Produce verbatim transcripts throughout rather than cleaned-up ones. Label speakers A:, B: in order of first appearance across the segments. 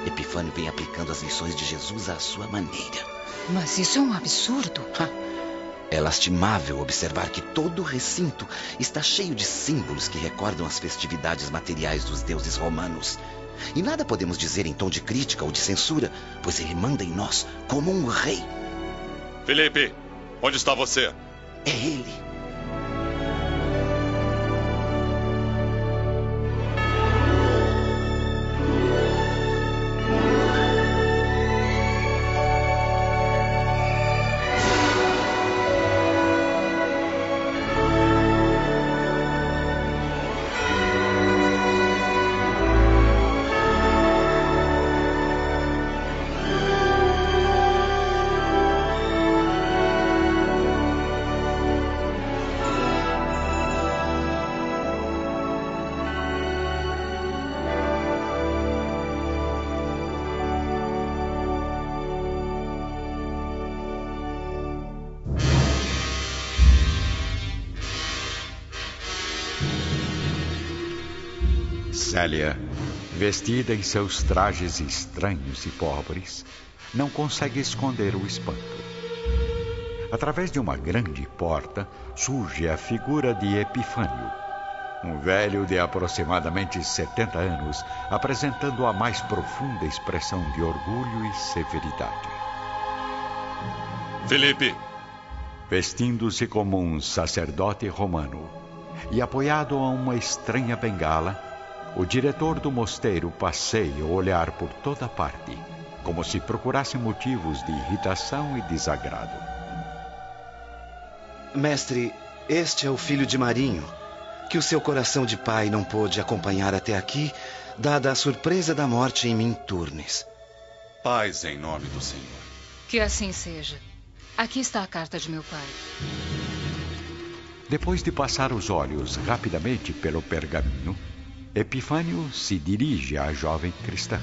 A: Epifânio vem aplicando as lições de Jesus à sua maneira.
B: Mas isso é um absurdo.
A: Ha! É lastimável observar que todo o recinto está cheio de símbolos que recordam as festividades materiais dos deuses romanos. E nada podemos dizer em tom de crítica ou de censura, pois ele manda em nós como um rei.
C: Felipe, onde está você?
A: É ele.
D: Célia, vestida em seus trajes estranhos e pobres, não consegue esconder o espanto. Através de uma grande porta surge a figura de Epifânio, um velho de aproximadamente setenta anos, apresentando a mais profunda expressão de orgulho e severidade.
C: Felipe!
D: Vestindo-se como um sacerdote romano e apoiado a uma estranha bengala, o diretor do mosteiro passeia o olhar por toda parte, como se procurasse motivos de irritação e desagrado.
E: Mestre, este é o filho de Marinho, que o seu coração de pai não pôde acompanhar até aqui, dada a surpresa da morte em Minturnes.
C: Paz em nome do Senhor.
B: Que assim seja. Aqui está a carta de meu pai.
D: Depois de passar os olhos rapidamente pelo pergaminho, Epifânio se dirige à jovem cristã.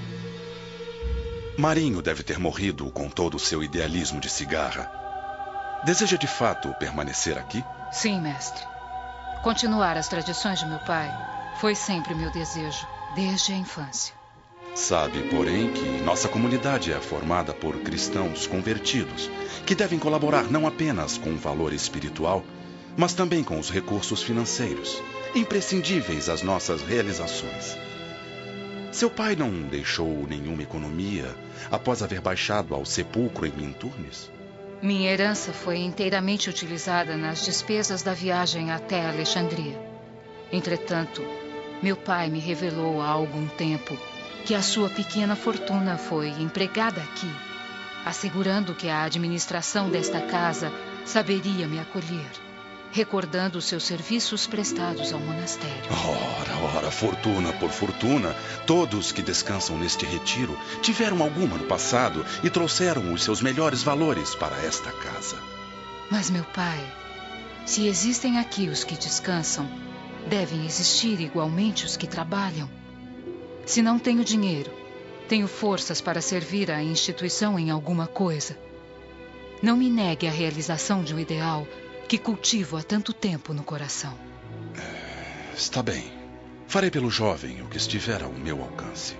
C: Marinho deve ter morrido com todo o seu idealismo de cigarra. Deseja de fato permanecer aqui?
B: Sim, mestre. Continuar as tradições de meu pai foi sempre meu desejo, desde a infância.
C: Sabe, porém, que nossa comunidade é formada por cristãos convertidos, que devem colaborar não apenas com o valor espiritual, mas também com os recursos financeiros, imprescindíveis às nossas realizações. Seu pai não deixou nenhuma economia após haver baixado ao sepulcro em Minturnes?
B: Minha herança foi inteiramente utilizada nas despesas da viagem até Alexandria. Entretanto, meu pai me revelou há algum tempo que a sua pequena fortuna foi empregada aqui, assegurando que a administração desta casa saberia me acolher, recordando os seus serviços prestados ao monastério.
C: Ora, ora, fortuna por fortuna, todos que descansam neste retiro tiveram alguma no passado e trouxeram os seus melhores valores para esta casa.
B: Mas, meu pai, se existem aqui os que descansam, devem existir igualmente os que trabalham. Se não tenho dinheiro, tenho forças para servir à instituição em alguma coisa. Não me negue a realização de um ideal que cultivo há tanto tempo no coração.
C: É, está bem. Farei pelo jovem o que estiver ao meu alcance.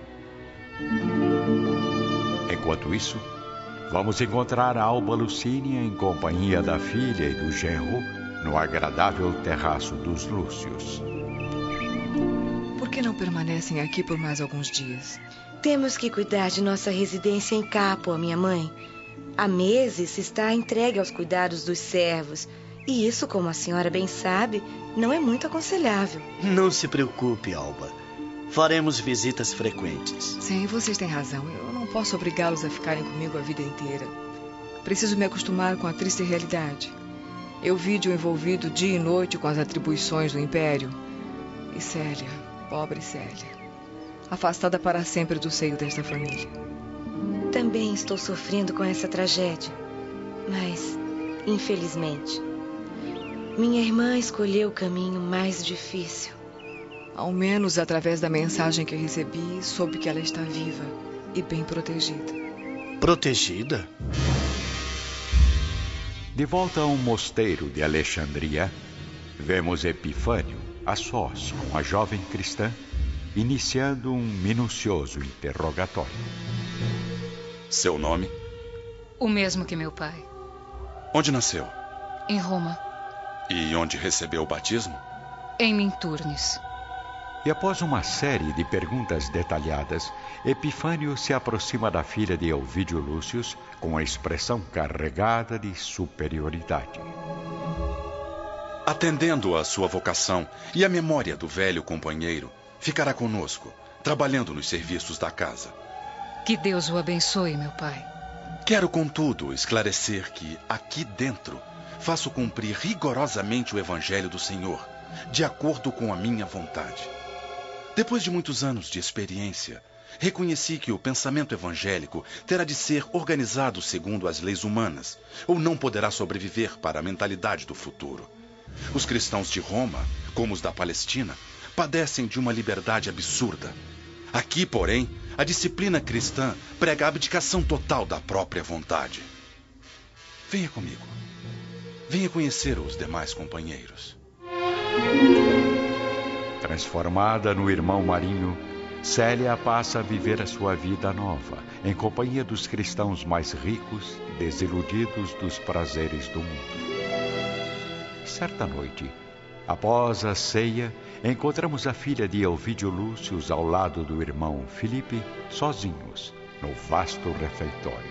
D: Enquanto isso, vamos encontrar a Alba Lucínia em companhia da filha e do genro no agradável terraço dos Lúcios.
F: Por que não permanecem aqui por mais alguns dias?
G: Temos que cuidar de nossa residência em Capua, minha mãe. Há meses está entregue aos cuidados dos servos. E isso, como a senhora bem sabe, não é muito aconselhável.
H: Não se preocupe, Alba. Faremos visitas frequentes.
F: Sim, vocês têm razão. Eu não posso obrigá-los a ficarem comigo a vida inteira. Preciso me acostumar com a triste realidade. Eu vi-o envolvido dia e noite com as atribuições do Império. E Célia, pobre Célia, afastada para sempre do seio desta família.
G: Também estou sofrendo com essa tragédia. Mas, infelizmente, minha irmã escolheu o caminho mais difícil.
F: Ao menos através da mensagem que recebi, soube que ela está viva e bem protegida.
H: Protegida?
D: De volta ao mosteiro de Alexandria, vemos Epifânio a sós com a jovem cristã iniciando um minucioso interrogatório.
C: Seu nome?
B: O mesmo que meu pai.
C: Onde nasceu?
B: Em Roma.
C: E onde recebeu o batismo?
B: Em Minturnes.
D: E após uma série de perguntas detalhadas, Epifânio se aproxima da filha de Ovídio Lúcius com a expressão carregada de superioridade.
C: Atendendo à sua vocação e à memória do velho companheiro, ficará conosco, trabalhando nos serviços da casa.
B: Que Deus o abençoe, meu pai.
C: Quero, contudo, esclarecer que, aqui dentro, faço cumprir rigorosamente o Evangelho do Senhor, de acordo com a minha vontade. Depois de muitos anos de experiência, reconheci que o pensamento evangélico terá de ser organizado segundo as leis humanas, ou não poderá sobreviver para a mentalidade do futuro. Os cristãos de Roma, como os da Palestina, padecem de uma liberdade absurda. Aqui, porém, a disciplina cristã prega a abdicação total da própria vontade. Venha comigo. Venha conhecer os demais companheiros.
D: Transformada no irmão Marinho, Célia passa a viver a sua vida nova, em companhia dos cristãos mais ricos, desiludidos dos prazeres do mundo. Certa noite, após a ceia, encontramos a filha de Ovídio Lúcius ao lado do irmão Filipe, sozinhos, no vasto refeitório.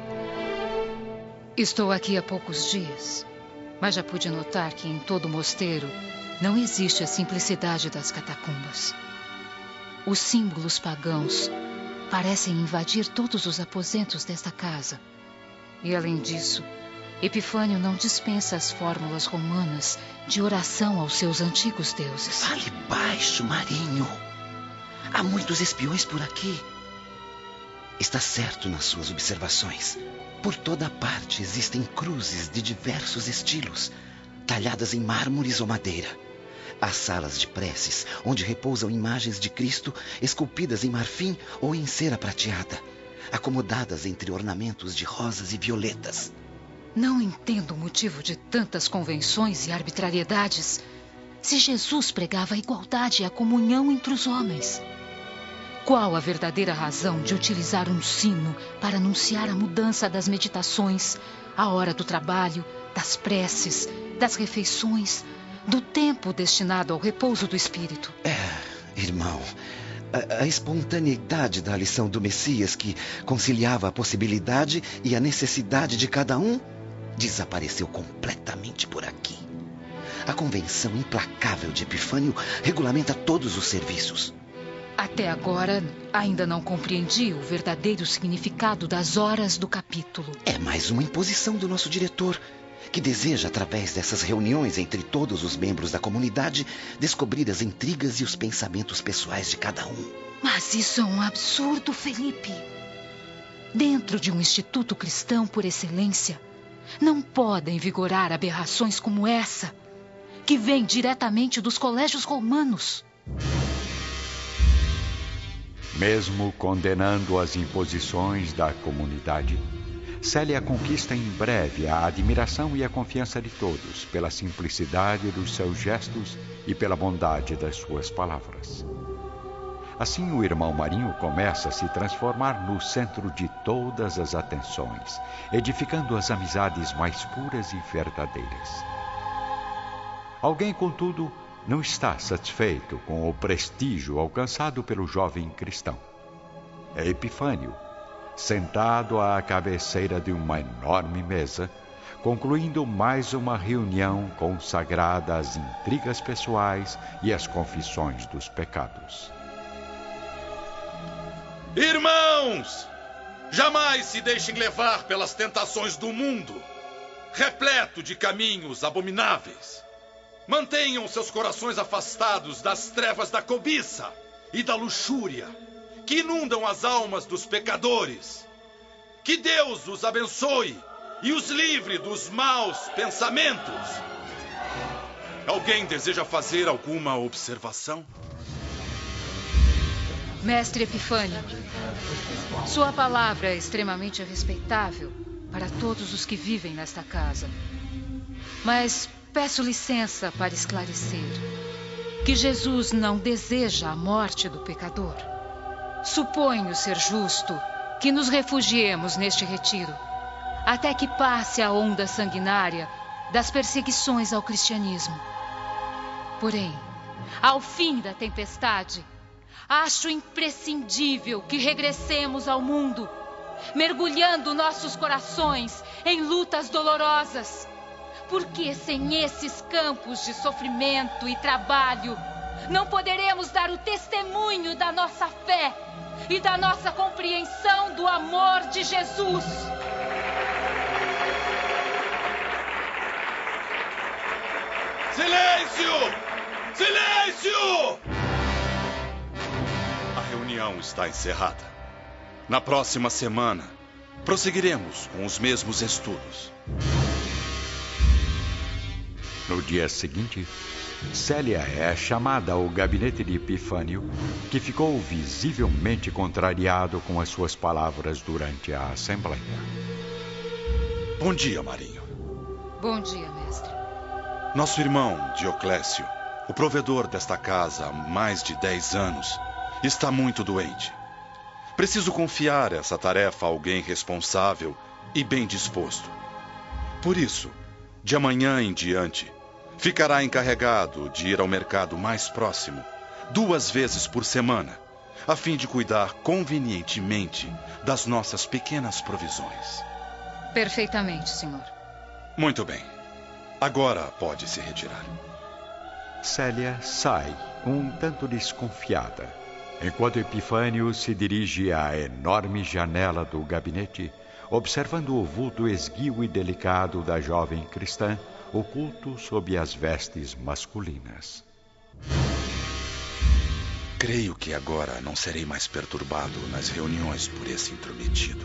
B: Estou aqui há poucos dias, mas já pude notar que em todo o mosteiro não existe a simplicidade das catacumbas. Os símbolos pagãos parecem invadir todos os aposentos desta casa. E, além disso, Epifânio não dispensa as fórmulas romanas de oração aos seus antigos deuses.
A: Fale baixo, Marinho. Há muitos espiões por aqui. Está certo nas suas observações. Por toda parte existem cruzes de diversos estilos, talhadas em mármores ou madeira. Há salas de preces, onde repousam imagens de Cristo esculpidas em marfim ou em cera prateada, acomodadas entre ornamentos de rosas e violetas.
B: Não entendo o motivo de tantas convenções e arbitrariedades, se Jesus pregava a igualdade e a comunhão entre os homens. Qual a verdadeira razão de utilizar um sino para anunciar a mudança das meditações, a hora do trabalho, das preces, das refeições, do tempo destinado ao repouso do espírito?
E: É, irmão, a, a espontaneidade da lição do Messias, que conciliava a possibilidade e a necessidade de cada um, desapareceu completamente por aqui. A convenção implacável de Epifânio regulamenta todos os serviços.
B: Até agora, ainda não compreendi o verdadeiro significado das horas do capítulo.
E: É mais uma imposição do nosso diretor, que deseja, através dessas reuniões entre todos os membros da comunidade, descobrir as intrigas e os pensamentos pessoais de cada um.
B: Mas isso é um absurdo, Felipe. Dentro de um instituto cristão por excelência, não podem vigorar aberrações como essa, que vem diretamente dos colégios romanos.
D: Mesmo condenando as imposições da comunidade, Célia conquista em breve a admiração e a confiança de todos pela simplicidade dos seus gestos e pela bondade das suas palavras. Assim, o irmão Marinho começa a se transformar no centro de todas as atenções, edificando as amizades mais puras e verdadeiras. Alguém, contudo, não está satisfeito com o prestígio alcançado pelo jovem cristão. É Epifânio, sentado à cabeceira de uma enorme mesa, concluindo mais uma reunião consagrada às intrigas pessoais e às confissões dos pecados.
C: Irmãos, jamais se deixem levar pelas tentações do mundo, repleto de caminhos abomináveis. Mantenham seus corações afastados das trevas da cobiça e da luxúria, que inundam as almas dos pecadores. Que Deus os abençoe e os livre dos maus pensamentos. Alguém deseja fazer alguma observação?
B: Mestre Epifânio, sua palavra é extremamente respeitável para todos os que vivem nesta casa. Mas peço licença para esclarecer que Jesus não deseja a morte do pecador. Suponho ser justo que nos refugiemos neste retiro, até que passe a onda sanguinária das perseguições ao cristianismo. Porém, ao fim da tempestade, acho imprescindível que regressemos ao mundo, mergulhando nossos corações em lutas dolorosas. Porque sem esses campos de sofrimento e trabalho, não poderemos dar o testemunho da nossa fé e da nossa compreensão do amor de Jesus.
C: Silêncio! Silêncio! A reunião está encerrada. Na próxima semana, prosseguiremos com os mesmos estudos.
D: No dia seguinte, Célia é chamada ao gabinete de Epifânio, que ficou visivelmente contrariado com as suas palavras durante a assembleia.
C: Bom dia, Marinho.
B: Bom dia, mestre.
C: Nosso irmão, Dioclésio, o provedor desta casa há mais de dez anos, está muito doente. Preciso confiar essa tarefa a alguém responsável e bem disposto. Por isso, de amanhã em diante, ficará encarregado de ir ao mercado mais próximo, duas vezes por semana, a fim de cuidar convenientemente das nossas pequenas provisões.
B: Perfeitamente, senhor.
C: Muito bem. Agora pode se retirar.
D: Célia sai, um tanto desconfiada, enquanto Epifânio se dirige à enorme janela do gabinete, observando o vulto esguio e delicado da jovem cristã, oculto sob as vestes masculinas.
C: Creio que agora não serei mais perturbado nas reuniões por esse intrometido.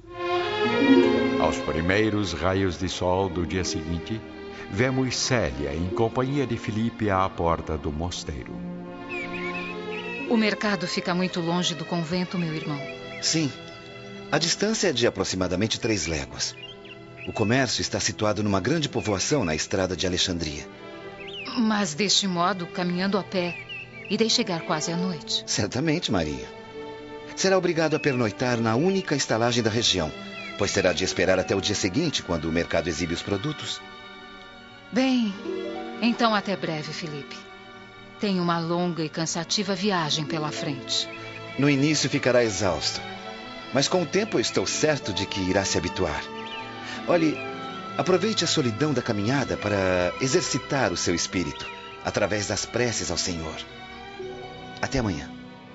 D: Aos primeiros raios de sol do dia seguinte, vemos Célia em companhia de Filipe à porta do mosteiro.
B: O mercado fica muito longe do convento, meu irmão.
E: Sim. A distância é de aproximadamente três léguas. O comércio está situado numa grande povoação na estrada de Alexandria.
B: Mas deste modo, caminhando a pé, irei chegar quase à noite.
E: Certamente, Maria. Será obrigado a pernoitar na única estalagem da região, pois terá de esperar até o dia seguinte, quando o mercado exibe os produtos.
B: Bem, então até breve, Filipe. Tenho uma longa e cansativa viagem pela frente.
E: No início ficará exausto, mas com o tempo estou certo de que irá se habituar. Olhe, aproveite a solidão da caminhada para exercitar o seu espírito, através das preces ao Senhor. Até amanhã.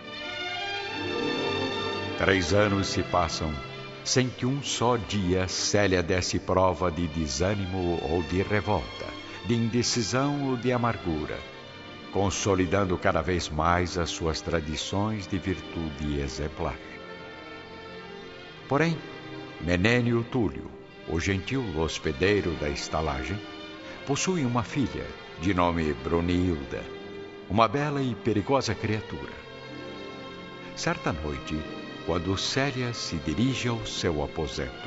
D: Três anos se passam, sem que um só dia Célia desse prova de desânimo ou de revolta, de indecisão ou de amargura, consolidando cada vez mais as suas tradições de virtude exemplar. Porém, Menênio Túlio, o gentil hospedeiro da estalagem, possui uma filha, de nome Brunilda, uma bela e perigosa criatura. Certa noite, quando Célia se dirige ao seu aposento...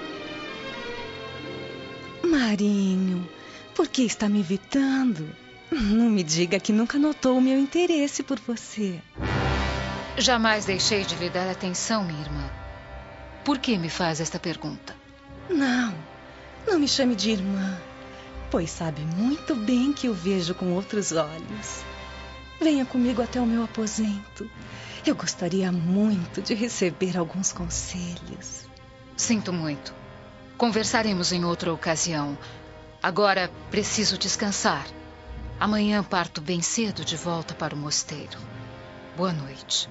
I: Marinho, por que está me evitando? Não me diga que nunca notou o meu interesse por você.
B: Jamais deixei de lhe dar atenção, minha irmã. Por que me faz esta pergunta?
I: Não, não me chame de irmã, pois sabe muito bem que o vejo com outros olhos. Venha comigo até o meu aposento. Eu gostaria muito de receber alguns conselhos.
B: Sinto muito. Conversaremos em outra ocasião. Agora preciso descansar. Amanhã parto bem cedo de volta para o mosteiro. Boa noite.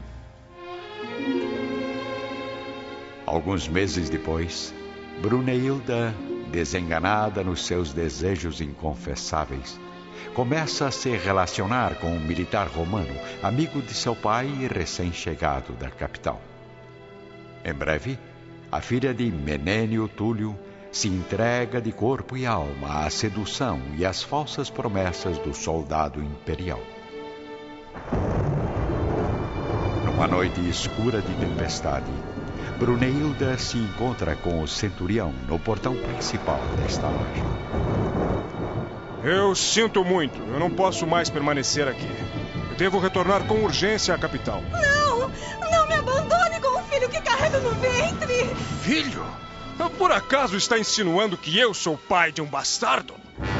D: Alguns meses depois, Brunilda, desenganada nos seus desejos inconfessáveis, começa a se relacionar com um militar romano, amigo de seu pai e recém-chegado da capital. Em breve, a filha de Menênio Túlio se entrega de corpo e alma à sedução e às falsas promessas do soldado imperial. Numa noite escura de tempestade, Brunilda se encontra com o centurião no portão principal da estalagem.
J: Eu sinto muito. Eu não posso mais permanecer aqui. Eu devo retornar com urgência à capital.
I: Não! Não me abandone com o filho que carrego no ventre!
J: Filho? Por acaso está insinuando que eu sou pai de um bastardo?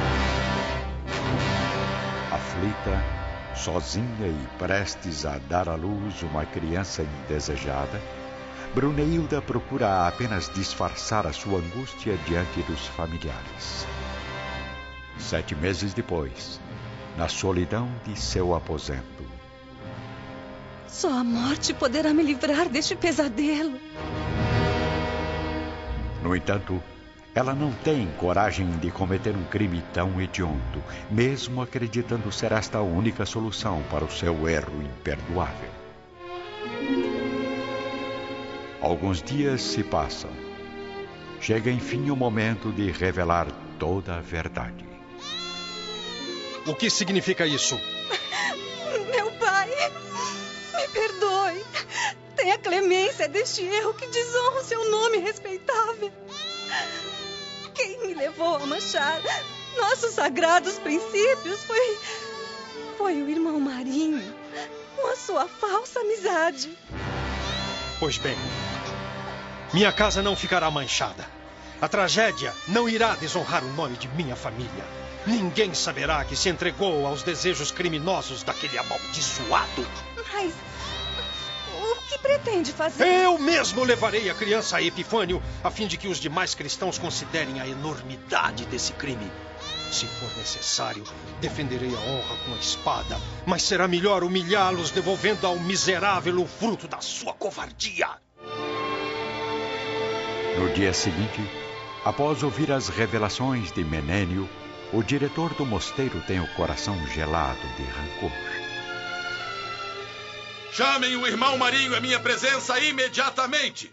D: Aflita, sozinha e prestes a dar à luz uma criança indesejada, Bruneilda procura apenas disfarçar a sua angústia diante dos familiares. Sete meses depois, na solidão de seu aposento.
I: Só a morte poderá me livrar deste pesadelo.
D: No entanto, ela não tem coragem de cometer um crime tão hediondo, mesmo acreditando ser esta a única solução para o seu erro imperdoável. Alguns dias se passam. Chega enfim o momento de revelar toda a verdade.
K: O que significa isso?
I: Meu pai, me perdoe. Tenha clemência deste erro que desonra o seu nome respeitável. Quem me levou a manchar nossos sagrados princípios foi... foi o irmão Marinho, com a sua falsa amizade.
K: Pois bem, minha casa não ficará manchada. A tragédia não irá desonrar o nome de minha família. Ninguém saberá que se entregou aos desejos criminosos daquele amaldiçoado.
I: Mas o que pretende fazer?
K: Eu mesmo levarei a criança a Epifânio, a fim de que os demais cristãos considerem a enormidade desse crime. Se for necessário, defenderei a honra com a espada, mas será melhor humilhá-los, devolvendo ao miserável o fruto da sua covardia.
D: No dia seguinte, após ouvir as revelações de Menênio, o diretor do mosteiro tem o coração gelado de rancor.
C: Chamem o irmão Marinho à minha presença imediatamente!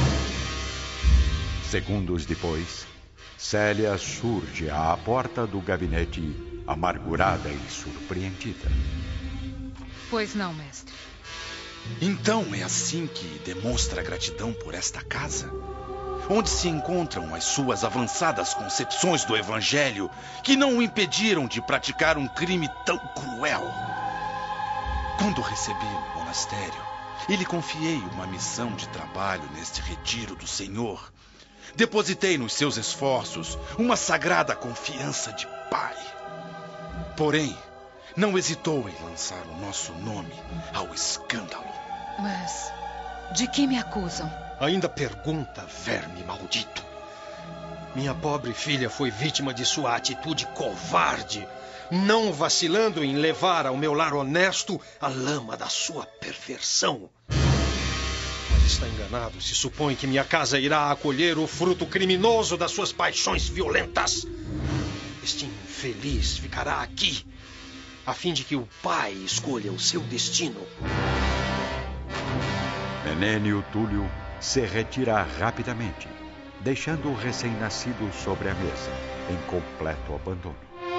D: Segundos depois, Célia surge à porta do gabinete, amargurada e surpreendida.
B: Pois não, mestre.
C: Então é assim que demonstra gratidão por esta casa? Onde se encontram as suas avançadas concepções do Evangelho que não o impediram de praticar um crime tão cruel? Quando o recebi no monastério e lhe confiei uma missão de trabalho neste retiro do Senhor, depositei nos seus esforços uma sagrada confiança de pai. Porém, não hesitou em lançar o nosso nome ao escândalo.
B: Mas de que me acusam?
K: Ainda pergunta, verme maldito. Minha pobre filha foi vítima de sua atitude covarde, não vacilando em levar ao meu lar honesto a lama da sua perversão. Mas está enganado se supõe que minha casa irá acolher o fruto criminoso das suas paixões violentas. Este infeliz ficará aqui, a fim de que o pai escolha o seu destino.
D: Menênio Túlio se retira rapidamente, deixando o recém-nascido sobre a mesa, em completo abandono.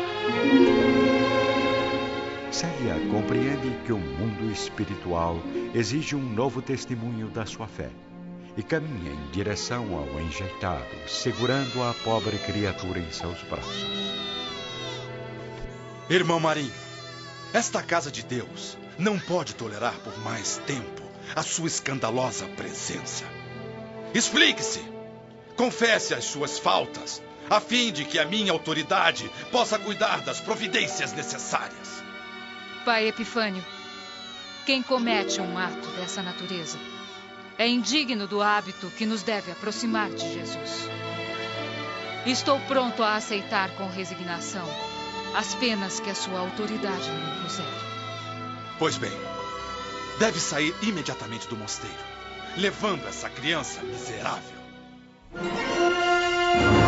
D: Célia compreende que o mundo espiritual exige um novo testemunho da sua fé e caminha em direção ao enjeitado, segurando a pobre criatura em seus braços.
C: Irmão Marinho, esta casa de Deus não pode tolerar por mais tempo a sua escandalosa presença. Explique-se, confesse as suas faltas, a fim de que a minha autoridade possa cuidar das providências necessárias.
B: Pai Epifânio, quem comete um ato dessa natureza é indigno do hábito que nos deve aproximar de Jesus. Estou pronto a aceitar com resignação as penas que a sua autoridade me impuser.
C: Pois bem, deve sair imediatamente do mosteiro, levando essa criança miserável.